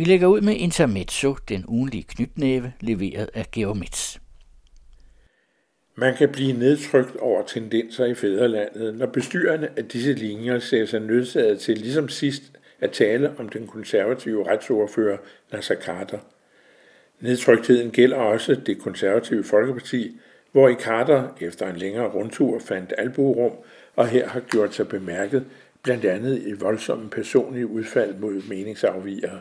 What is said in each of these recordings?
Vi lægger ud med Intermezzo, den ugenlige knytnæve, leveret af Georg Metz. Man kan blive nedtrykt over tendenser i fædrelandet, når bestyrerne af disse linjer ser sig nødsaget til ligesom sidst at tale om den konservative retsordfører Naser Khader. Nedtryktheden gælder også det konservative Folkeparti, hvor i Khader efter en længere rundtur fandt albuerum og her har gjort sig bemærket, blandt andet i voldsomme personlige udfald mod meningsafvigere.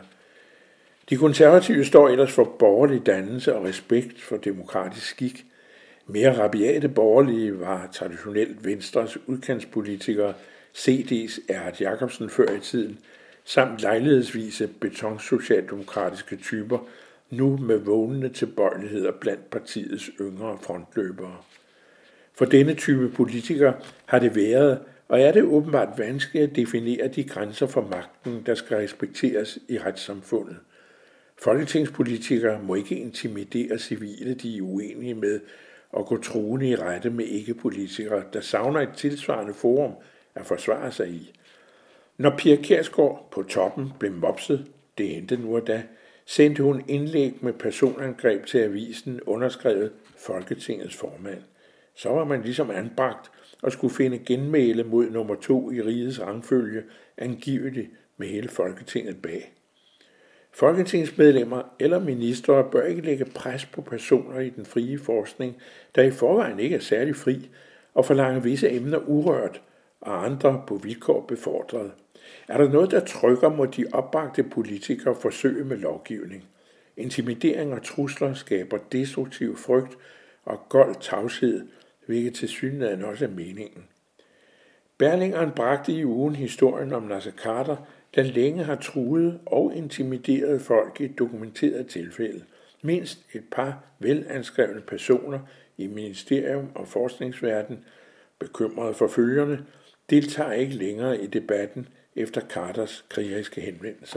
De konservative står ellers for borgerlig dannelse og respekt for demokratisk skik. Mere rabiate borgerlige var traditionelt Venstres udkantspolitikere CD's Erhard Jacobsen før i tiden, samt lejlighedsvise betonsocialdemokratiske typer, nu med vågnende tilbøjeligheder blandt partiets yngre frontløbere. For denne type politikere har det været, og er det åbenbart vanskeligt at definere de grænser for magten, der skal respekteres i retssamfundet. Folketingspolitikere må ikke intimidere civile, de er uenige med, og gå truende i rette med ikke-politikere, der savner et tilsvarende forum at forsvare sig i. Når Pia Kjærsgaard på toppen blev mopset, det endte nu og da, sendte hun indlæg med personangreb til avisen underskrevet Folketingets formand. Så var man ligesom anbragt og skulle finde genmæle mod nummer 2 i rigets rangfølge, angiveligt med hele Folketinget bag. Folketingsmedlemmer eller ministre bør ikke lægge pres på personer i den frie forskning, der i forvejen ikke er særlig fri, og forlange visse emner urørt og andre på vilkår befordret. Er der noget, der trykker, må de opbragte politikere forsøge med lovgivning. Intimidering og trusler skaber destruktiv frygt og gold tavshed, hvilket tilsyneladende også er meningen. Berlingeren bragte i ugen historien om Naser Khader, der længe har truet og intimideret folk i dokumenterede tilfælde. Mindst et par velanskrevne personer i ministerium og forskningsverden, bekymrede for følgerne, deltager ikke længere i debatten efter Khaders krigeriske henvendelser.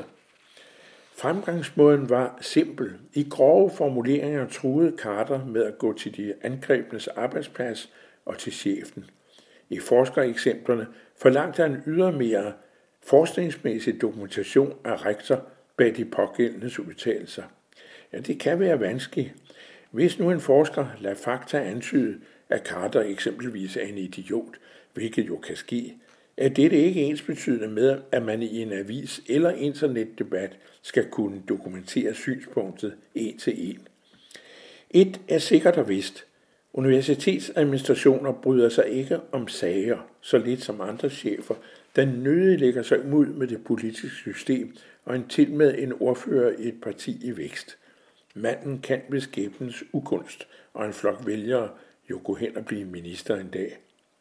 Fremgangsmåden var simpel. I grove formuleringer truede Khader med at gå til de angrebnes arbejdsplads og til chefen. I forskereksemplerne forlangte han ydermere forskningsmæssig dokumentation af rektor bag de pågældendes udtalelser. Ja, det kan være vanskeligt. Hvis nu en forsker lader fakta antyde, at Khader eksempelvis er en idiot, hvilket jo kan ske, er dette ikke ensbetydende med, at man i en avis eller internetdebat skal kunne dokumentere synspunktet en til en. Et er sikkert og vist. Universitetsadministrationer bryder sig ikke om sager, så lidt som andre chefer, der nødig lægger sig ud med det politiske system og en til med en ordfører i et parti i vækst. Manden kan ved skæbnens ukunst, og en flok vælgere jo gå hen og blive minister en dag.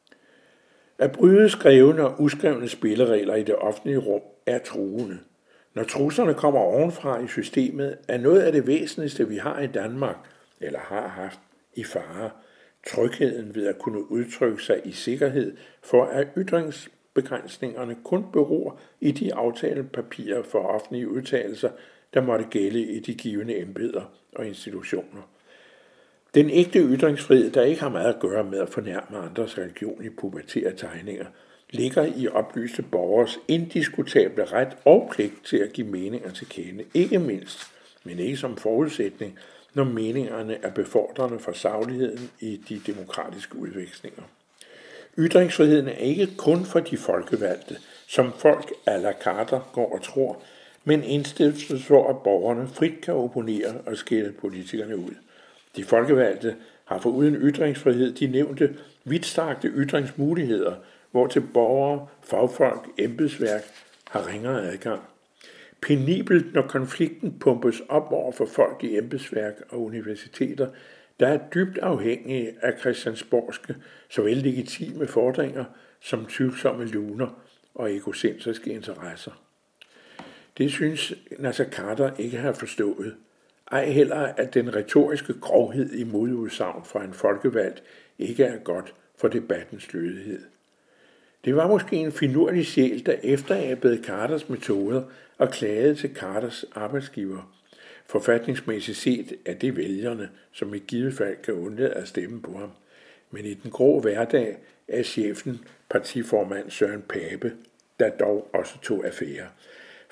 At bryde skrevne og uskrevne spilleregler i det offentlige rum er truende. Når truslerne kommer ovenfra i systemet, er noget af det væsentligste, vi har i Danmark, eller har haft, i fare. Trygheden ved at kunne udtrykke sig i sikkerhed, for at ytringsbegrænsningerne kun beror i de aftalepapirer for offentlige udtalelser, der måtte gælde i de givne embeder og institutioner. Den ægte ytringsfrihed, der ikke har meget at gøre med at fornærme andres religion i pubertære tegninger, ligger i oplyste borgers indiskutable ret og pligt til at give meninger til kende, ikke mindst, men ikke som forudsætning, når meningerne er befordrende for sagligheden i de demokratiske udvekslinger. Ytringsfriheden er ikke kun for de folkevalgte, som folk à la carte går og tror, men indstillet for, at borgerne frit kan opponere og skælde politikerne ud. De folkevalgte har foruden ytringsfrihed de nævnte vidtstrakte ytringsmuligheder, hvor til borgere, fagfolk, embedsværk har ringere adgang. Penibelt, når konflikten pumpes op over for folk i embedsværk og universiteter, der er dybt afhængige af christiansborgske, såvel legitime fordringer som tvivlsomme luner og egocentriske interesser. Det synes Naser Khader ikke har forstået. Ej heller, at den retoriske grovhed i modudsagn fra en folkevalgt ikke er godt for debattens lødighed. Det var måske en finurlig sjæl, der efterabede Khaders metoder og klagede til Khaders arbejdsgiver. Forfatningsmæssigt set er det vælgerne, som i givet fald kan undlade at stemme på ham. Men i den grå hverdag er chefen partiformand Søren Pape, der dog også tog affære.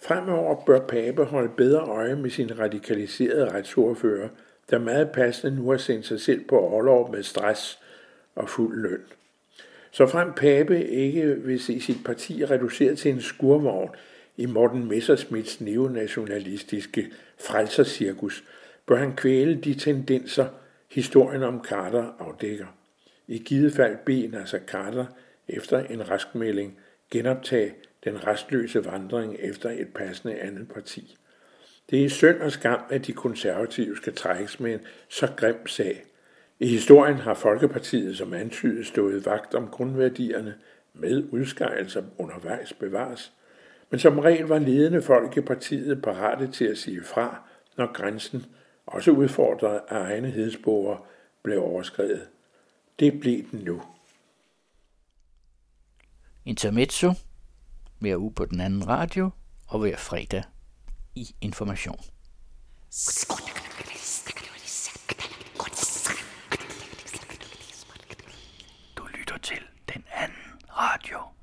Fremover bør Pape holde bedre øje med sin radikaliserede retsordfører, der meget passende nu har sendt sig selv på orlov med stress og fuld løn. Så frem Pape ikke vil se sit parti reduceret til en skurvogn i Morten Messerschmidts neonationalistiske frelsercirkus, bør han kvæle de tendenser, historien om Khader afdækker. I givet fald bede Naser Khader efter en raskmelding genoptage den restløse vandring efter et passende andet parti. Det er synd og skam, at de konservative skal trækkes med en så grim sag. I historien har Folkepartiet som antydet stået vagt om grundværdierne med udskejelser undervejs bevares, men som regel var ledende folk i partiet parate til at sige fra, når grænsen, også udfordret af egne hedsborgere, blev overskredet. Det blev den nu. Intermezzo, hver uge på den anden radio og hver fredag i Information. Du lytter til den anden radio.